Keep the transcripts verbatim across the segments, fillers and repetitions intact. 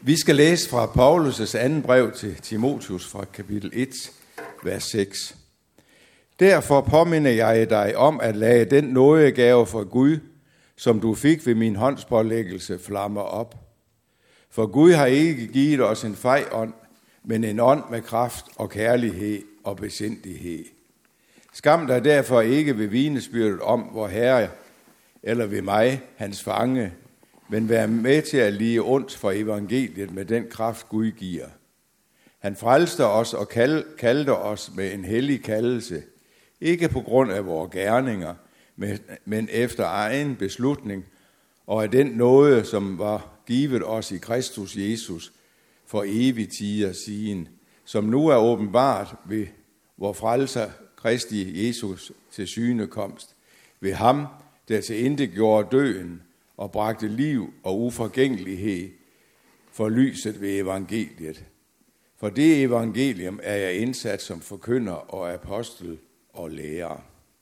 Vi skal læse fra Paulus' anden brev til Timotheus fra kapitel et, vers seks. Derfor påminder jeg dig om at lade den nådegave fra Gud, som du fik ved min håndspålæggelse, flamme op. For Gud har ikke givet os en fej ånd, men en ånd med kraft og kærlighed og besindighed. Skam dig derfor ikke ved vidnesbyrdet om vor Herre, eller ved mig, hans fange, men vær med til at lide ondt for evangeliet med den kraft Gud giver. Han frelste os og kaldte os med en hellig kaldelse, ikke på grund af vores gerninger, men efter egen beslutning, og af den nåde, som var givet os i Kristus Jesus for evig tider siden, som nu er åbenbart ved vor frelser Kristi Jesus til synekomst, ved ham, der til intet gjorde døden og bragte liv og uforgængelighed for lyset ved evangeliet. For det evangelium er jeg indsat som forkynder og apostel og lærer.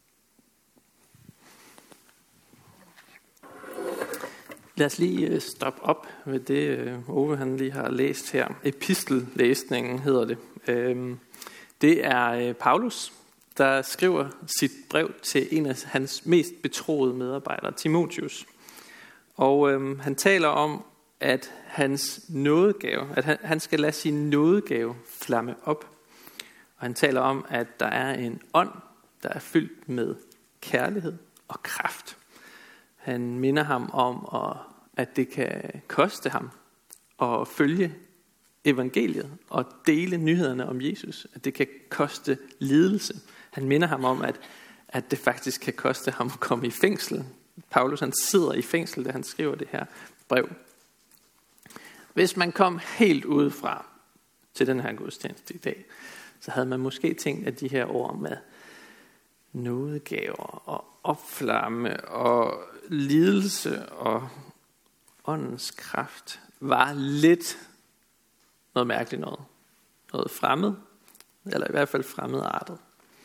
Lad os lige stoppe op ved det, Ove han lige har læst her. Epistellæsningen hedder det. Det er Paulus, der skriver sit brev til en af hans mest betroede medarbejdere, Timotheus. Og øhm, han taler om, at hans nådegave, at han, han skal lade sin nådegave flamme op. Og han taler om, at der er en ånd, der er fyldt med kærlighed og kraft. Han minder ham om, at det kan koste ham at følge evangeliet og dele nyhederne om Jesus. At det kan koste lidelse. Han minder ham om, at, at det faktisk kan koste ham at komme i fængsel. Paulus han sidder i fængsel, da han skriver det her brev. Hvis man kom helt udefra til den her gudstjeneste i dag, så havde man måske tænkt, at de her ord med nådegaver og opflamme og lidelse og åndens kraft var lidt noget mærkeligt noget. Noget fremmed, eller i hvert fald fremmedartet.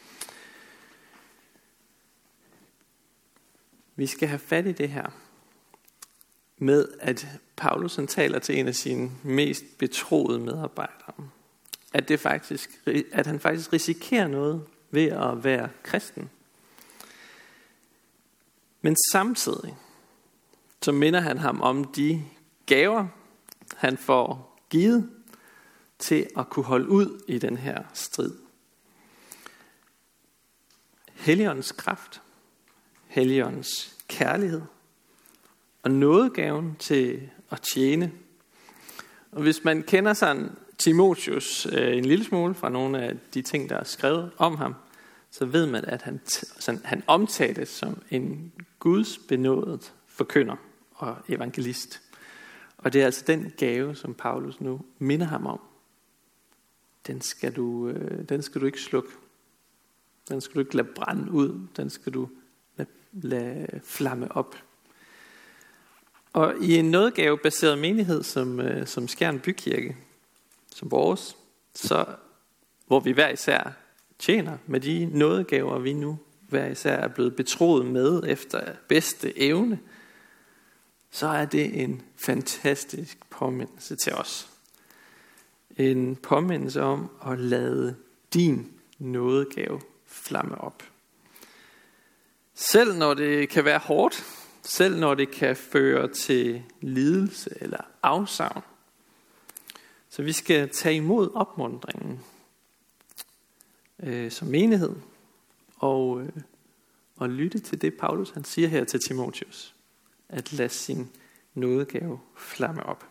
Vi skal have fat i det her med, at Paulus han taler til en af sine mest betroede medarbejdere. At, det faktisk, at han faktisk risikerer noget ved at være kristen. Men samtidig så minder han ham om de gaver, han får givet til at kunne holde ud i den her strid. Helligåndens kraft, Helligåndens kærlighed og nådegaven til at tjene. Og hvis man kender sådan Timotheus øh, en lille smule fra nogle af de ting, der er skrevet om ham, så ved man, at han, sådan, han omtales som en Guds benådet forkynder og evangelist. Og det er altså den gave, som Paulus nu minder ham om. Den skal du, øh, den skal du ikke slukke. Den skal du ikke lade brænde ud. Den skal du lade, lade flamme op. Og i en nådegavebaseret menighed, som, øh, som Skjern Bykirke, som vores, så, hvor vi hver især tjener med de nådegaver, vi nu hver især er blevet betroet med efter bedste evne, så er det en fantastisk påmindelse til os. En påmindelse om at lade din nådegave flamme op. Selv når det kan være hårdt, selv når det kan føre til lidelse eller afsavn. Så vi skal tage imod opmuntringen øh, som menighed og, øh, og lytte til det, Paulus han siger her til Timotheus. At lade sin nådegave flamme op.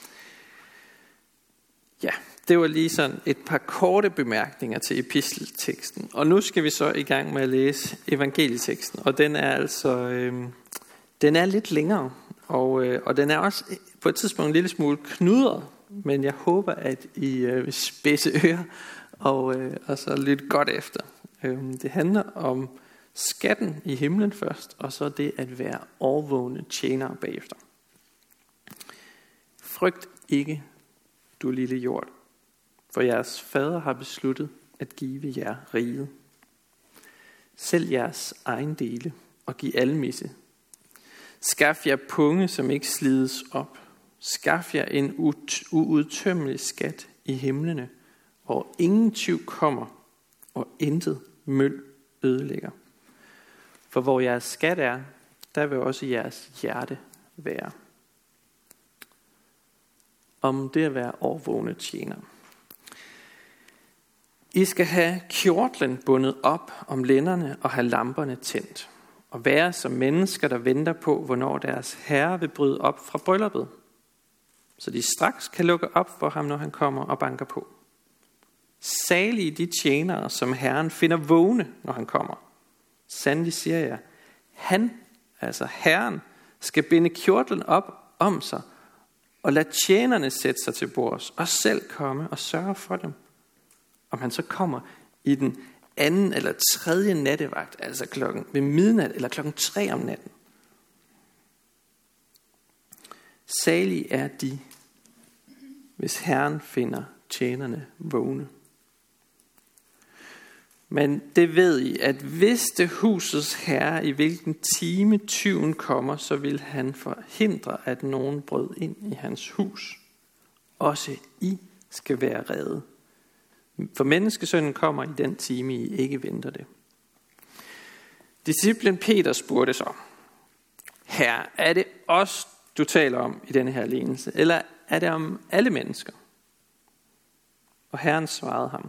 Ja, det var lige sådan et par korte bemærkninger til epistelteksten. Og nu skal vi så i gang med at læse evangelieteksten. Og den er altså øh, den er lidt længere. Og, øh, og den er også på et tidspunkt en lille smule knudret. Men jeg håber, at I øh, vil spidse ører og, øh, og så lytte godt efter. Øh, det handler om skatten i himlen først, og så det at være overvågne tjenere bagefter. Frygt ikke, du lille jord, for jeres fader har besluttet at give jer riget. Sælg jeres ejendele og giv almisse. Skaf jer punge, som ikke slides op, Skaf jer en uudtømmelig skat i himlene, hvor ingen tyv kommer, og intet møl ødelægger. For hvor jeres skat er, der vil også jeres hjerte være. Om det at være overvågne tjener. I skal have kjortlen bundet op om lænderne og have lamperne tændt. Og være som mennesker, der venter på, hvornår deres herre vil bryde op fra brylluppet. Så de straks kan lukke op for ham, når han kommer og banker på. Salige de tjenere, som Herren finder vågne, når han kommer. Sandelig siger jeg, han, altså Herren, skal binde kjortlen op om sig, og lad tjenerne sætte sig til bords, og selv komme og sørge for dem. Om han så kommer i den anden eller tredje nattevagt, altså klokken ved midnat eller klokken tre om natten. Salige er de, hvis Herren finder tjenerne vågne. Men det ved I, at hvis det husets herre, i hvilken time tyven kommer, så vil han forhindre, at nogen brød ind i hans hus. Også I skal være redde. For menneskesønnen kommer i den time, I ikke venter det. Disciplen Peter spurgte så, Herre, er det os, du taler om i denne her lignelse, eller er det om alle mennesker? Og Herren svarede ham,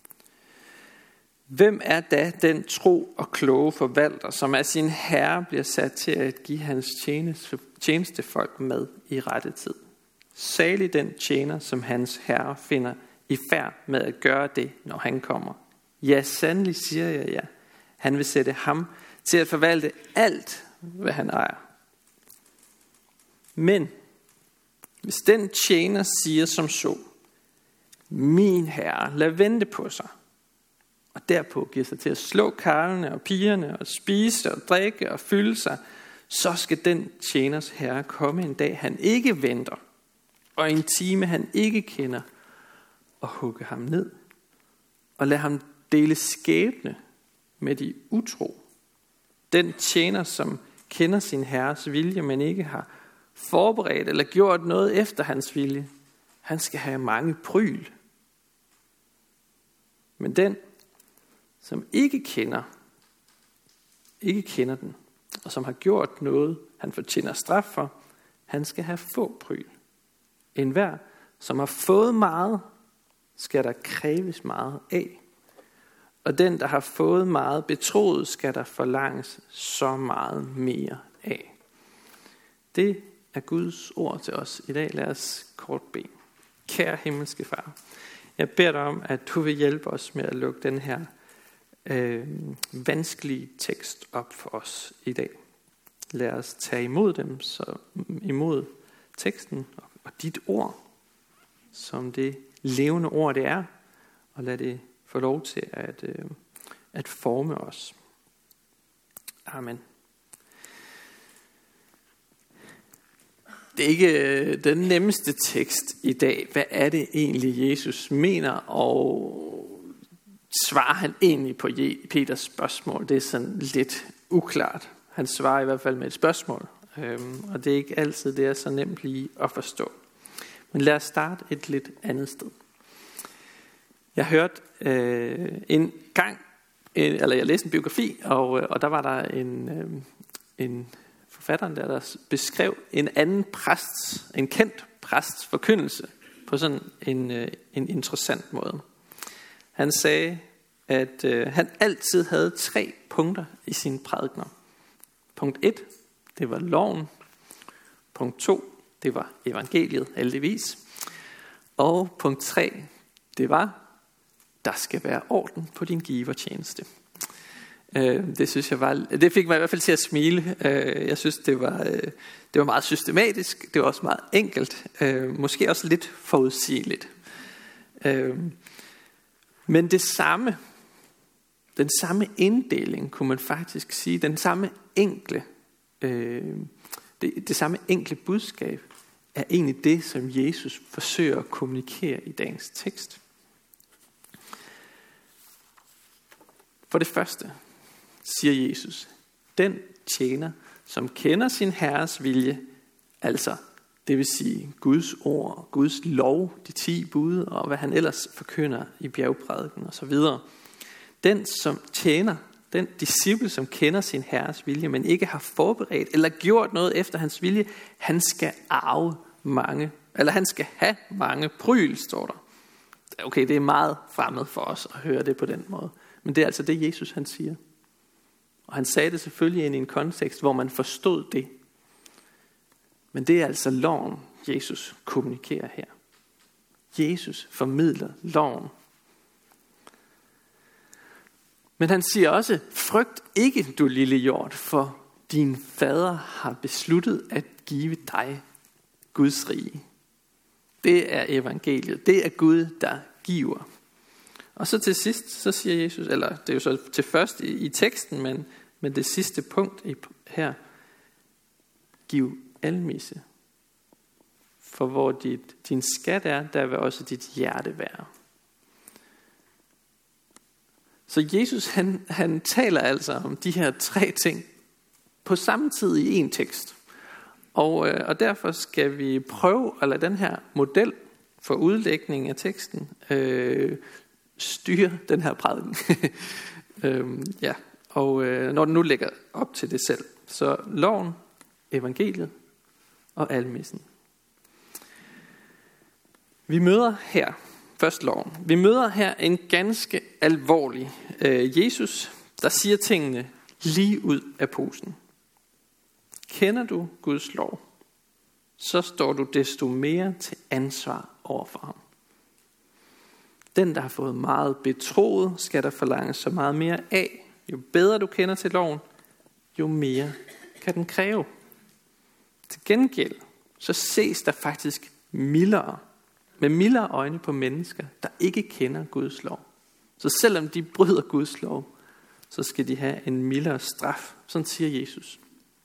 hvem er da den tro og kloge forvalter, som af sin herre bliver sat til at give hans tjenestefolk mad i rette tid? Salig den tjener, som hans herre finder i færd med at gøre det, når han kommer. Ja, sandelig siger jeg ja. Han vil sætte ham til at forvalte alt, hvad han ejer. Men hvis den tjener siger som så, min herre, lad vente på sig, og derpå giver sig til at slå karlene og pigerne og spise og drikke og fylde sig, så skal den tjeners herre komme en dag, han ikke venter, og en time, han ikke kender, og hugge ham ned, og lad ham dele skæbne med de utro. Den tjener, som kender sin herres vilje, men ikke har forberedt eller gjort noget efter hans vilje, han skal have mange pryl. Men den, som ikke kender, ikke kender den, og som har gjort noget, han fortjener straf for, han skal have få pryl. Enhver, som har fået meget, skal der kræves meget af. Og den, der har fået meget betroet, skal der forlanges så meget mere af. Det er Guds ord til os i dag. Lad os kort bede. Kære himmelske far, jeg beder dig om, at du vil hjælpe os med at lukke den her øh, vanskelige tekst op for os i dag. Lad os tage imod dem, så imod teksten og dit ord, som det levende ord det er, og lad det få lov til at, øh, at forme os. Amen. Det er ikke den nemmeste tekst i dag. Hvad er det egentlig, Jesus mener, og svarer han egentlig på Peters spørgsmål? Det er sådan lidt uklart. Han svarer i hvert fald med et spørgsmål, øhm, og det er ikke altid det er så nemt lige at forstå. Men lad os starte et lidt andet sted. Jeg hørte øh, en gang, eller jeg læste en biografi, og, og der var der en, øh, en forfatteren der, der beskrev en anden præsts, en kendt præsts forkyndelse på sådan en, øh, en interessant måde. Han sagde, at øh, han altid havde tre punkter i sine prædikener. Punkt et, det var loven. Punkt to, det var evangeliet, heldigvis. Og punkt tre, det var, der skal være orden på din givertjeneste. Det synes jeg var, det fik mig i hvert fald til at smile. Jeg synes det var, det var meget systematisk. Det var også meget enkelt. Måske også lidt forudsigeligt. Men det samme, den samme inddeling kunne man faktisk sige, den samme enkle, det, det samme enkle budskab er egentlig det, som Jesus forsøger at kommunikere i dagens tekst. For det første siger Jesus, den tjener, som kender sin herres vilje, altså Det vil sige Guds ord, Guds lov, de ti bud og hvad han ellers forkynder i bjergprædiken og så videre. Den som tjener, den disciple som kender sin herres vilje, men ikke har forberedt eller gjort noget efter hans vilje, han skal arve mange, eller han skal have mange pryl, står der. Okay, det er meget fremmed for os at høre det på den måde. Men det er altså det, Jesus han siger. Og han sagde det selvfølgelig ind i en kontekst, hvor man forstod det. Men det er altså loven, Jesus kommunikerer her. Jesus formidler loven. Men han siger også, frygt ikke, du lille hjort, for din fader har besluttet at give dig Guds rige. Det er evangeliet. Det er Gud, der giver. Og så til sidst, så siger Jesus, eller det er jo så til først i, i teksten, men, men det sidste punkt i, her, giv almisse. For hvor dit, din skat er, der vil også dit hjerte være. Så Jesus han, han taler altså om de her tre ting på samme tid i en tekst. Og, øh, og derfor skal vi prøve at lade den her model for udlægning af teksten øh, styre den her prædiken. øhm, ja. Og øh, når den nu lægger op til det selv. Så loven, evangeliet og almissen. Vi møder her, først loven, vi møder her en ganske alvorlig øh, Jesus, der siger tingene lige ud af posen. Kender du Guds lov, så står du desto mere til ansvar over for ham. Den, der har fået meget betroet, skal der forlanges så meget mere af. Jo bedre du kender til loven, jo mere kan den kræve. Til gengæld, så ses der faktisk mildere, med mildere øjne på mennesker, der ikke kender Guds lov. Så selvom de bryder Guds lov, så skal de have en mildere straf. Sådan siger Jesus.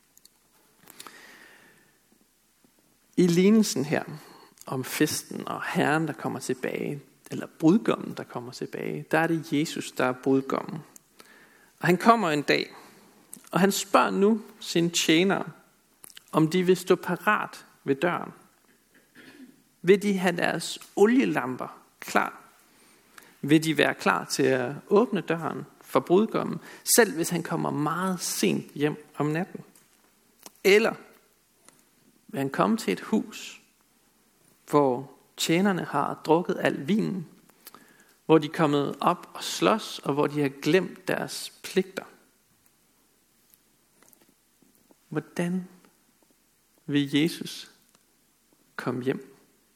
I lignelsen her om festen og Herren, der kommer tilbage, eller brudgommen, der kommer tilbage, der er det Jesus, der er brudgommen. Og han kommer en dag, og han spørger nu sine tjenere, om de vil stå parat ved døren. Vil de have deres olielamper klar? Vil de være klar til at åbne døren for brudgommen, selv hvis han kommer meget sent hjem om natten? Eller vil han komme til et hus, hvor tjenerne har drukket al vinen, hvor de er kommet op og slås, og hvor de har glemt deres pligter? Hvordan vil Jesus komme hjem?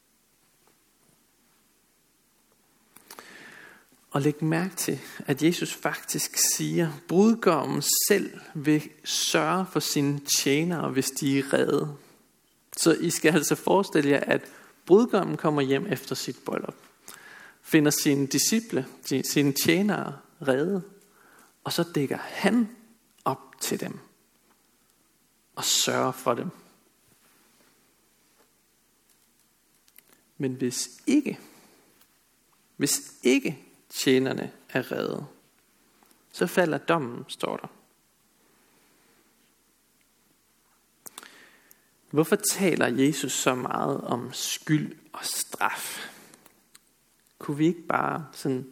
Og læg mærke til, at Jesus faktisk siger, at brudgommen selv vil sørge for sine tjenere, hvis de er redde. Så I skal altså forestille jer, at brudgommen kommer hjem efter sit bryllup, finder sine disciple, sine tjenere redde, og så dækker han op til dem og sørger for dem. Men hvis ikke, hvis ikke tjenerne er redde, så falder dommen, står der. Hvorfor taler Jesus så meget om skyld og straf? Kunne vi ikke bare sådan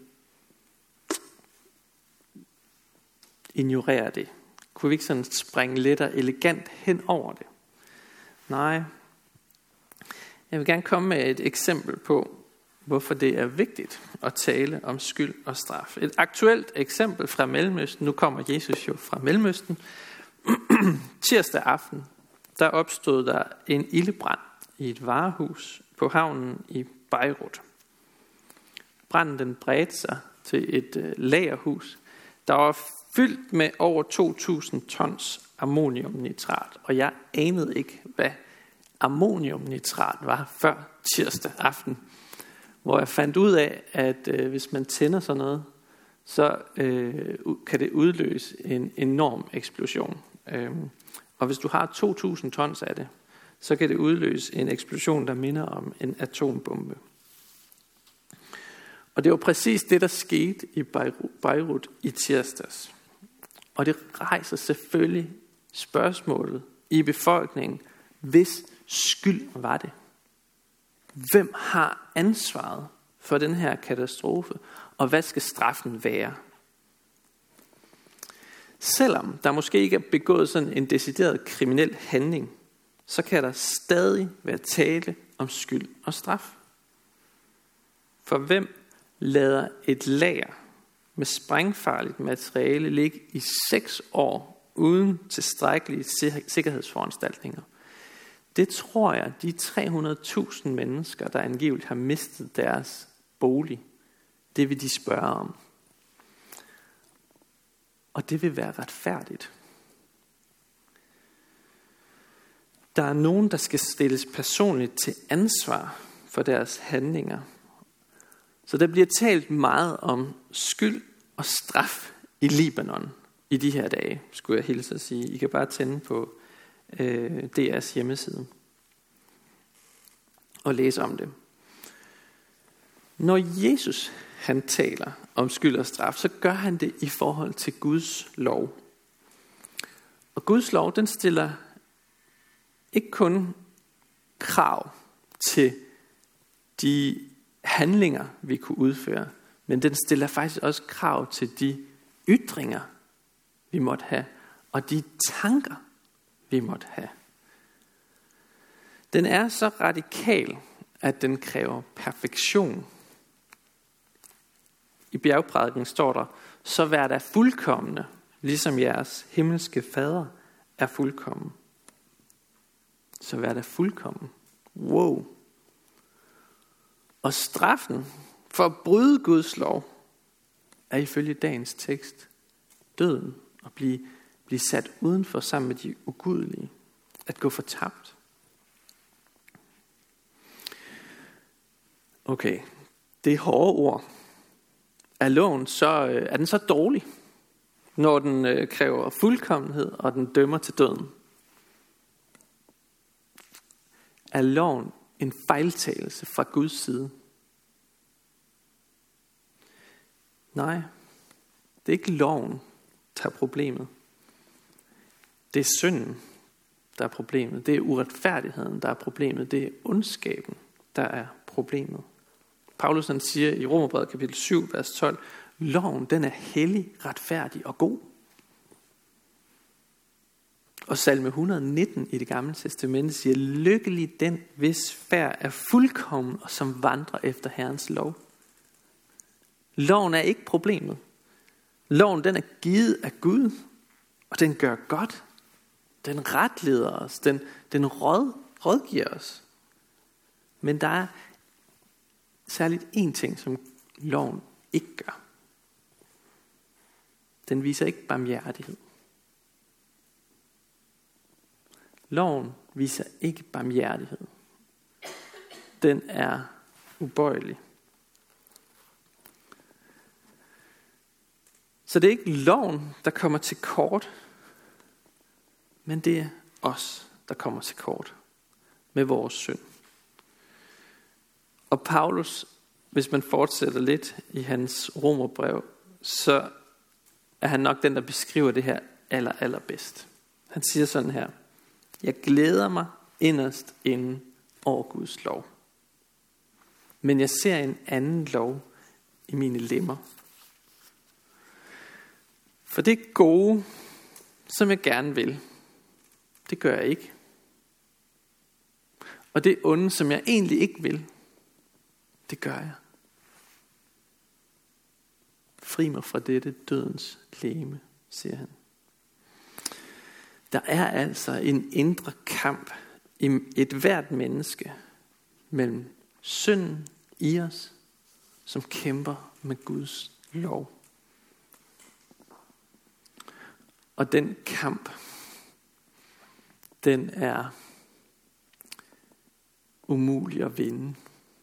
ignorere det? Kunne vi ikke sådan springe let og elegant hen over det? Nej. Jeg vil gerne komme med et eksempel på, hvorfor det er vigtigt at tale om skyld og straf. Et aktuelt eksempel fra Mellemøsten. Nu kommer Jesus jo fra Mellemøsten. Tirsdag aften, der opstod der en ildebrand i et varehus på havnen i Beirut. Branden den bredte sig til et lagerhus, der var fyldt med over to tusind tons ammoniumnitrat. Og jeg anede ikke, hvad ammoniumnitrat var før tirsdag aften, hvor jeg fandt ud af, at øh, hvis man tænder sådan noget, så øh, kan det udløse en enorm eksplosion. Øhm, og hvis du har to tusind tons af det, så kan det udløse en eksplosion, der minder om en atombombe. Og det var præcis det, der skete i Beirut i tirsdags. Og det rejser selvfølgelig spørgsmålet i befolkningen, hvis skyld var det? Hvem har ansvaret for den her katastrofe? Og hvad skal straffen være? Selvom der måske ikke er begået sådan en decideret kriminel handling, så kan der stadig være tale om skyld og straf. For hvem lader et lager med sprængfarligt materiale ligge i seks år uden tilstrækkelige sikkerhedsforanstaltninger? Det tror jeg, de tre hundrede tusind mennesker, der angiveligt har mistet deres bolig, det vil de spørge om. Og det vil være retfærdigt. Der er nogen, der skal stilles personligt til ansvar for deres handlinger. Så der bliver talt meget om skyld og straf i Libanon i de her dage, skulle jeg hilse at sige. I kan bare tænde på øh, D R's hjemmeside og læse om det. Når Jesus han taler om skyld og straf, så gør han det i forhold til Guds lov. Og Guds lov, den stiller ikke kun krav til de handlinger, vi kunne udføre, men den stiller faktisk også krav til de ytringer, vi måtte have, og de tanker, vi måtte have. Den er så radikal, at den kræver perfektion. I bjergprædiken står der, så vær der fuldkomne, ligesom jeres himmelske fader er fuldkommen. Så vær der fuldkommen. Wow. Og straffen for at bryde Guds lov er ifølge dagens tekst døden og blive, blive sat udenfor sammen med de ugudelige. At gå fortabt. Okay, det er hårde ord. Er loven så, er den så dårlig, når den øh, kræver fuldkommenhed og den dømmer til døden? Er loven en fejltagelse fra Guds side? Nej, det er ikke loven, der er problemet. Det er synden, der er problemet. Det er uretfærdigheden, der er problemet. Det er ondskaben, der er problemet. Paulus han siger i Romerbrevet kapitel syv, vers tolv, loven den er hellig, retfærdig og god. Og salme et hundrede og nitten i det gamle testamente siger, lykkelig den, hvis færd er fuldkommen og som vandrer efter Herrens lov. Loven er ikke problemet. Loven den er givet af Gud, og den gør godt. Den retleder os, den, den råd, rådgiver os. Men der er særligt én ting, som loven ikke gør. Den viser ikke barmhjertighed. Loven viser ikke barmhjertighed. Den er ubøjelig. Så det er ikke loven, der kommer til kort, men det er os, der kommer til kort med vores synd. Og Paulus, hvis man fortsætter lidt i hans romerbrev, så er han nok den, der beskriver det her aller, allerbedst. Han siger sådan her: jeg glæder mig inderst inden over Guds lov. Men jeg ser en anden lov i mine lemmer. For det gode, som jeg gerne vil, det gør jeg ikke. Og det onde, som jeg egentlig ikke vil, det gør jeg. Fri mig fra dette dødens legeme, siger han. Der er altså en indre kamp i et hvert menneske mellem synden i os, som kæmper med Guds lov. Og den kamp, den er umulig at vinde.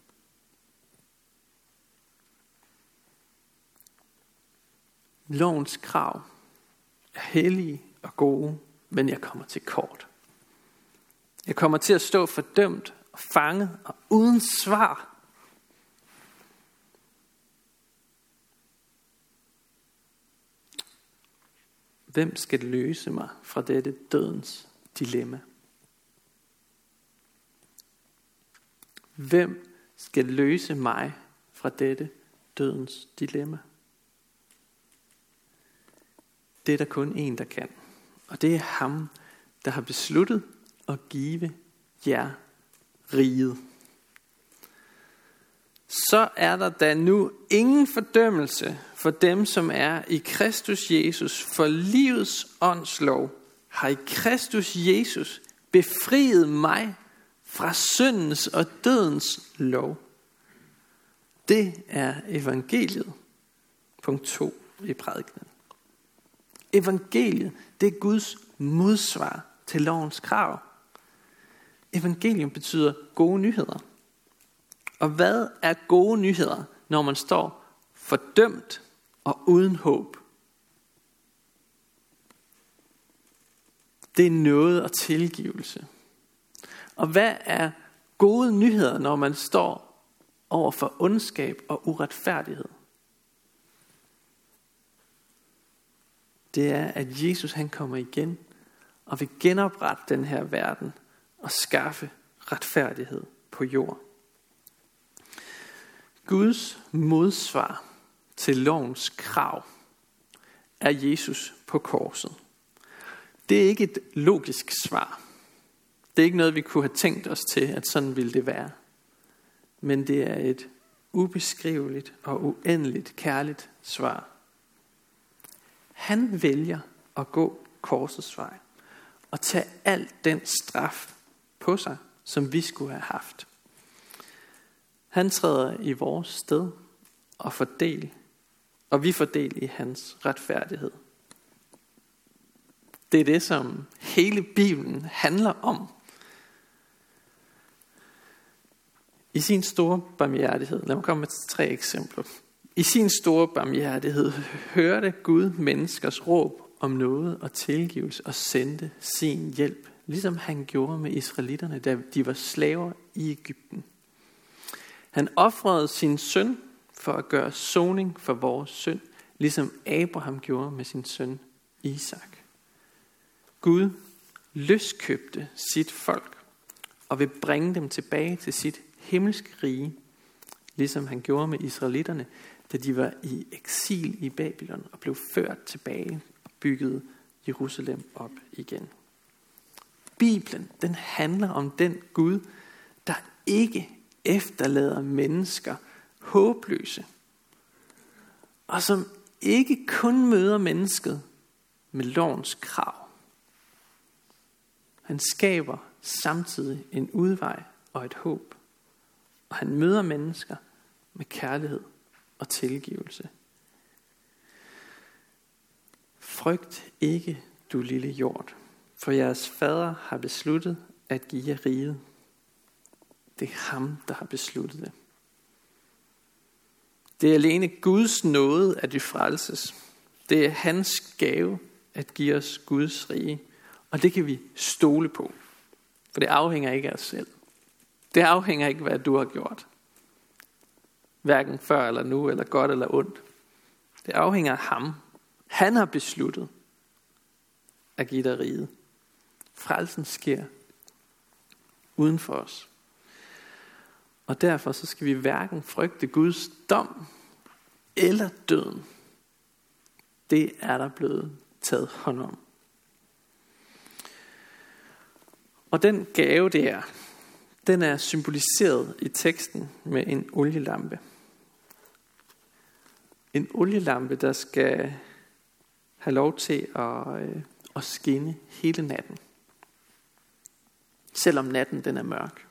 Lovens krav er hellige og gode, men jeg kommer til kort. Jeg kommer til at stå fordømt og fanget og uden svar. Hvem skal løse mig fra dette dødens dilemma? Hvem skal løse mig fra dette dødens dilemma? Det er der kun en, der kan. Og det er ham, der har besluttet at give jer riget. Så er der da nu ingen fordømmelse for dem, som er i Kristus Jesus, for livets åndslov har i Kristus Jesus befriet mig fra syndens og dødens lov. Det er evangeliet. Punkt to i prædikenen. Evangeliet, det er Guds modsvar til lovens krav. Evangelium betyder gode nyheder. Og hvad er gode nyheder, når man står fordømt og uden håb? Det er noget og tilgivelse. Og hvad er gode nyheder, når man står over for ondskab og uretfærdighed? Det er, at Jesus han kommer igen og vil genoprette den her verden og skaffe retfærdighed på jord. Guds modsvar til lovens krav er Jesus på korset. Det er ikke et logisk svar. Det er ikke noget, vi kunne have tænkt os til, at sådan ville det være. Men det er et ubeskriveligt og uendeligt kærligt svar. Han vælger at gå korsets vej og tage al den straf på sig, som vi skulle have haft. Han træder i vores sted og får del, og vi får del i hans retfærdighed. Det er det, som hele Bibelen handler om. I sin store barmhjertighed, lad mig komme med tre eksempler. I sin store barmhjertighed hørte Gud menneskers råb om noget og tilgivelse og sendte sin hjælp, ligesom han gjorde med israelitterne, da de var slaver i Egypten. Han ofrede sin søn for at gøre soning for vores synd, ligesom Abraham gjorde med sin søn Isak. Gud løskøbte sit folk og vil bringe dem tilbage til sit himmelske rige, ligesom han gjorde med israelitterne, da de var i eksil i Babylon og blev ført tilbage og byggede Jerusalem op igen. Bibelen, den handler om den Gud, der ikke efterlader mennesker håbløse, og som ikke kun møder mennesket med lovens krav. Han skaber samtidig en udvej og et håb, og han møder mennesker med kærlighed og tilgivelse. Frygt ikke, du lille hjort, for jeres fader har besluttet at give jer riget. Det er ham, der har besluttet det. Det er alene Guds nåde, at vi frelses. Det er hans gave at give os Guds rige, og det kan vi stole på, for det afhænger ikke af os selv. Det afhænger ikke af, hvad du har gjort. Hverken før eller nu, eller godt eller ondt. Det afhænger af ham. Han har besluttet at give dig riget. Frelsen sker uden for os. Og derfor så skal vi hverken frygte Guds dom eller døden. Det er der blevet taget hånd om. Og den gave det er, den er symboliseret i teksten med en olielampe. En olielampe, der skal have lov til at, øh, at skinne hele natten. Selvom natten den er mørk.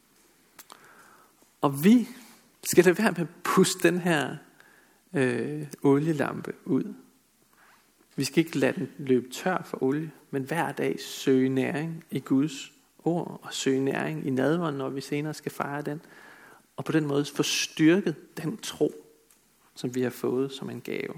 Og vi skal lade være med at puste den her øh, olielampe ud. Vi skal ikke lade den løbe tør for olie, men hver dag søge næring i Guds ord og søge næring i nadveren, når vi senere skal fejre den. Og på den måde få styrket den tro, som vi har fået som en gave.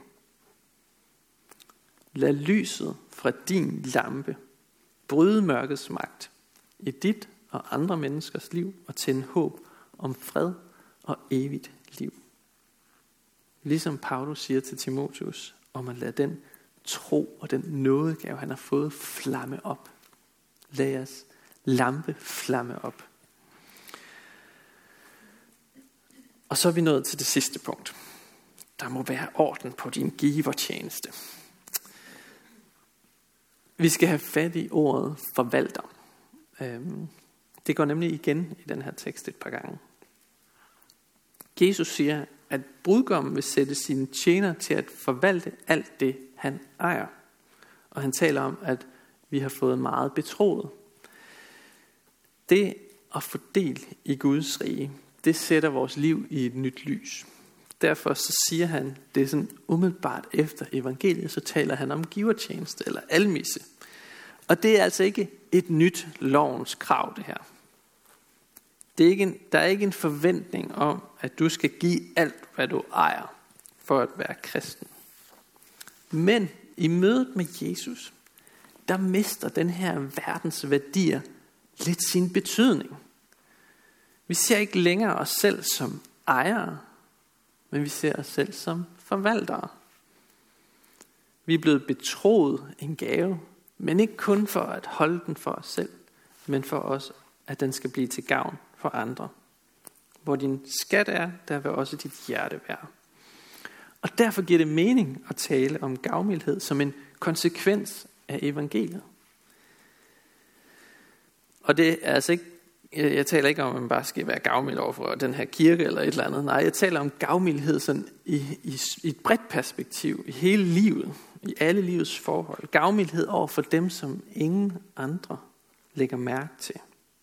Lad lyset fra din lampe bryde mørkets magt i dit og andre menneskers liv og tænde håb om fred og evigt liv. Ligesom Paulus siger til Timotheus, om at lade den tro og den nådegave, han har fået, flamme op. Lad jeres lampe flamme op. Og så er vi nået til det sidste punkt. Der må være orden på din givertjeneste. Vi skal have fat i ordet forvalter. Det går nemlig igen i den her tekst et par gange. Jesus siger, at brudgommen vil sætte sine tjenere til at forvalte alt det, han ejer. Og han taler om, at vi har fået meget betroet. Det at få del i Guds rige, det sætter vores liv i et nyt lys. Derfor så siger han, det er sådan umiddelbart efter evangeliet, så taler han om givertjeneste eller almisse. Og det er altså ikke et nyt lovens krav, det her. Det er ikke en, der er ikke en forventning om, at du skal give alt, hvad du ejer, for at være kristen. Men i mødet med Jesus, der mister den her verdens værdier lidt sin betydning. Vi ser ikke længere os selv som ejere, men vi ser os selv som forvaltere. Vi er blevet betroet en gave, men ikke kun for at holde den for os selv, men for os, at den skal blive til gavn for andre. Hvor din skat er, der vil også dit hjerte være. Og derfor giver det mening at tale om gavmildhed som en konsekvens af evangeliet. Og det er altså ikke, jeg, jeg taler ikke om, at man bare skal være gavmild over for den her kirke eller et eller andet. Nej, jeg taler om gavmildhed sådan i, i, i et bredt perspektiv, i hele livet, i alle livets forhold. Gavmildhed over for dem, som ingen andre lægger mærke til.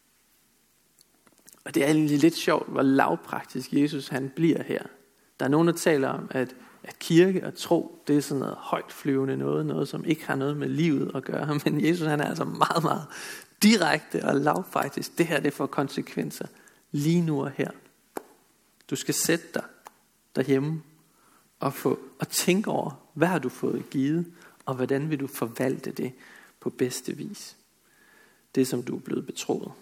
Og det er lidt sjovt, hvor lavpraktisk Jesus han bliver her. Der er nogen, der taler om, at, at kirke og tro, det er sådan noget højtflyvende noget, noget som ikke har noget med livet at gøre. Men Jesus han er altså meget, meget direkte og lavpraktisk. Det her det får konsekvenser lige nu og her. Du skal sætte dig derhjemme og, få, og tænke over, hvad har du fået givet, og hvordan vil du forvalte det på bedste vis. Det som du er blevet betroet.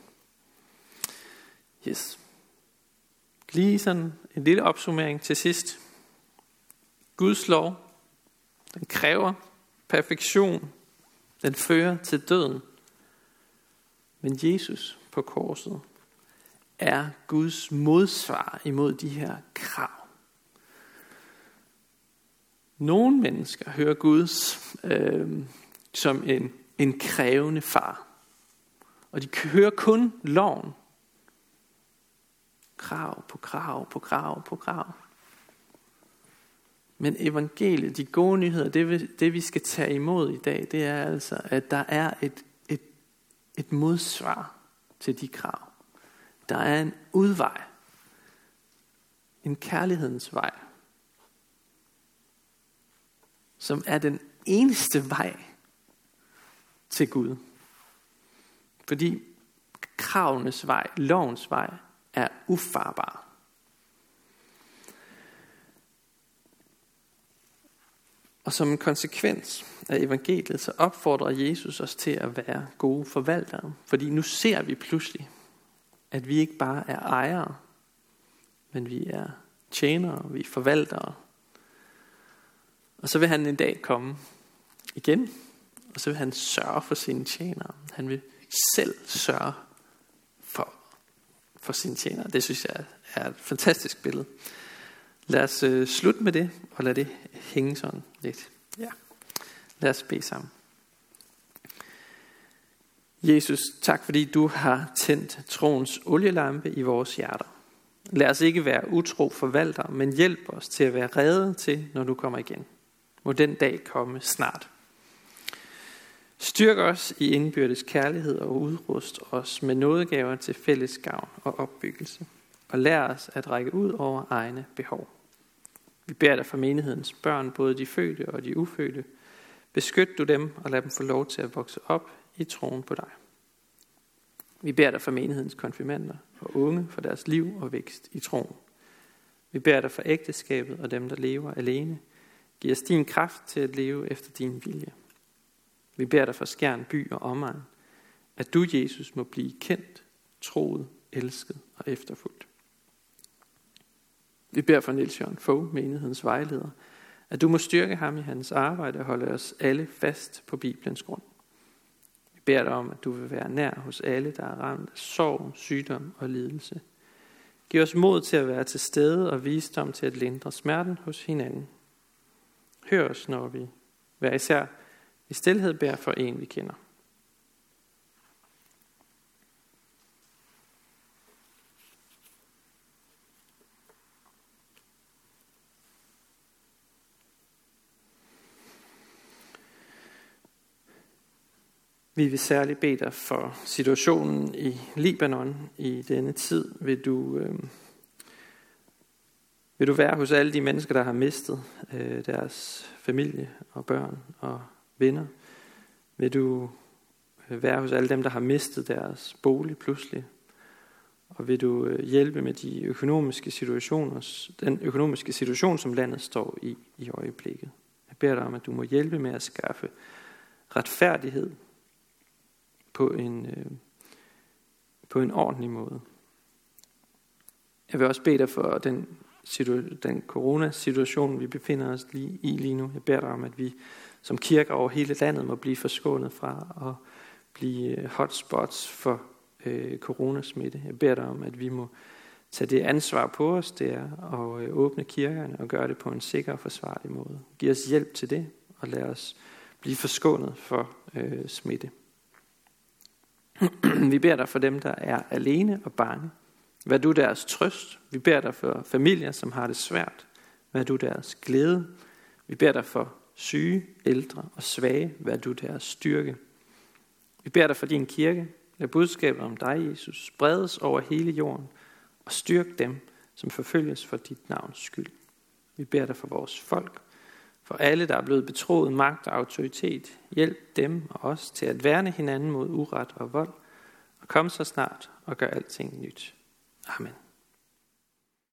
Yes. Lige sådan en lille opsummering til sidst. Guds lov, den kræver perfektion. Den fører til døden. Men Jesus på korset er Guds modsvar imod de her krav. Nogle mennesker hører Guds øh, som en, en krævende far. Og de hører kun loven. Krav på krav på krav på krav. Men evangeliet, de gode nyheder, det vi, det vi skal tage imod i dag, det er altså, at der er et, et, et modsvar til de krav. Der er en udvej. En kærlighedens vej. Som er den eneste vej til Gud. Fordi kravenes vej, lovens vej, er ufarbar. Og som en konsekvens af evangeliet, så opfordrer Jesus os til at være gode forvaltere. Fordi nu ser vi pludselig, at vi ikke bare er ejere, men vi er tjenere, vi er forvaltere. Og så vil han en dag komme igen, og så vil han sørge for sine tjenere. Han vil selv sørge for, for sine tjenere. Det synes jeg er et fantastisk billede. Lad os øh, slutte med det, og lad det hænge sådan lidt. Ja. Lad os bede sammen. Jesus, tak fordi du har tændt troens olielampe i vores hjerter. Lad os ikke være utro forvaltere, men hjælp os til at være rede til, når du kommer igen. Må den dag komme snart. Styrk os i indbyrdes kærlighed og udrust os med nådegaver til fælles gavn og opbyggelse. Og lær os at række ud over egne behov. Vi beder dig for menighedens børn, både de fødte og de ufødte. Beskyt du dem og lad dem få lov til at vokse op i troen på dig. Vi beder dig for menighedens konfirmander, for unge, for deres liv og vækst i troen. Vi beder dig for ægteskabet og dem, der lever alene. Giv os din kraft til at leve efter din vilje. Vi beder dig for Skjern by og omegn, at du, Jesus, må blive kendt, troet, elsket og efterfulgt. Vi beder for Niels Jørgen Fogh, menighedens vejleder, at du må styrke ham i hans arbejde og holde os alle fast på Bibelens grund. Vi beder dig om, at du vil være nær hos alle, der er ramt af sorg, sygdom og lidelse. Giv os mod til at være til stede og visdom til at lindre smerten hos hinanden. Hør os, når vi hver især i stilhed beder for en, vi kender. Vi vil særligt bede dig for situationen i Libanon i denne tid. Vil du, øh, vil du være hos alle de mennesker, der har mistet øh, deres familie og børn og venner? Vil du være hos alle dem, der har mistet deres bolig pludselig? Og vil du øh, hjælpe med de økonomiske situationer, den økonomiske situation, som landet står i i øjeblikket? Jeg beder dig om, at du må hjælpe med at skaffe retfærdighed på en, øh, på en ordentlig måde. Jeg vil også bede dig for den, situ- den coronasituation, vi befinder os lige i lige nu. Jeg beder dig om, at vi som kirker over hele landet må blive forskånet fra at blive hotspots for øh, coronasmitte. Jeg beder dig om, at vi må tage det ansvar på os, det er at øh, åbne kirkerne og gøre det på en sikker og forsvarlig måde. Giv os hjælp til det, og lad os blive forskånet for øh, smitte. Vi beder dig for dem, der er alene og bange. Vær du deres trøst. Vi beder dig for familier, som har det svært. Vær du deres glæde. Vi beder dig for syge, ældre og svage. Vær du deres styrke. Vi beder dig for din kirke. Lad budskabet om dig, Jesus, spredes over hele jorden. Og styrk dem, som forfølges for dit navns skyld. Vi beder dig for vores folk. For alle, der er blevet betroet magt og autoritet, hjælp dem og os til at værne hinanden mod uret og vold, og kom så snart og gør alting nyt. Amen.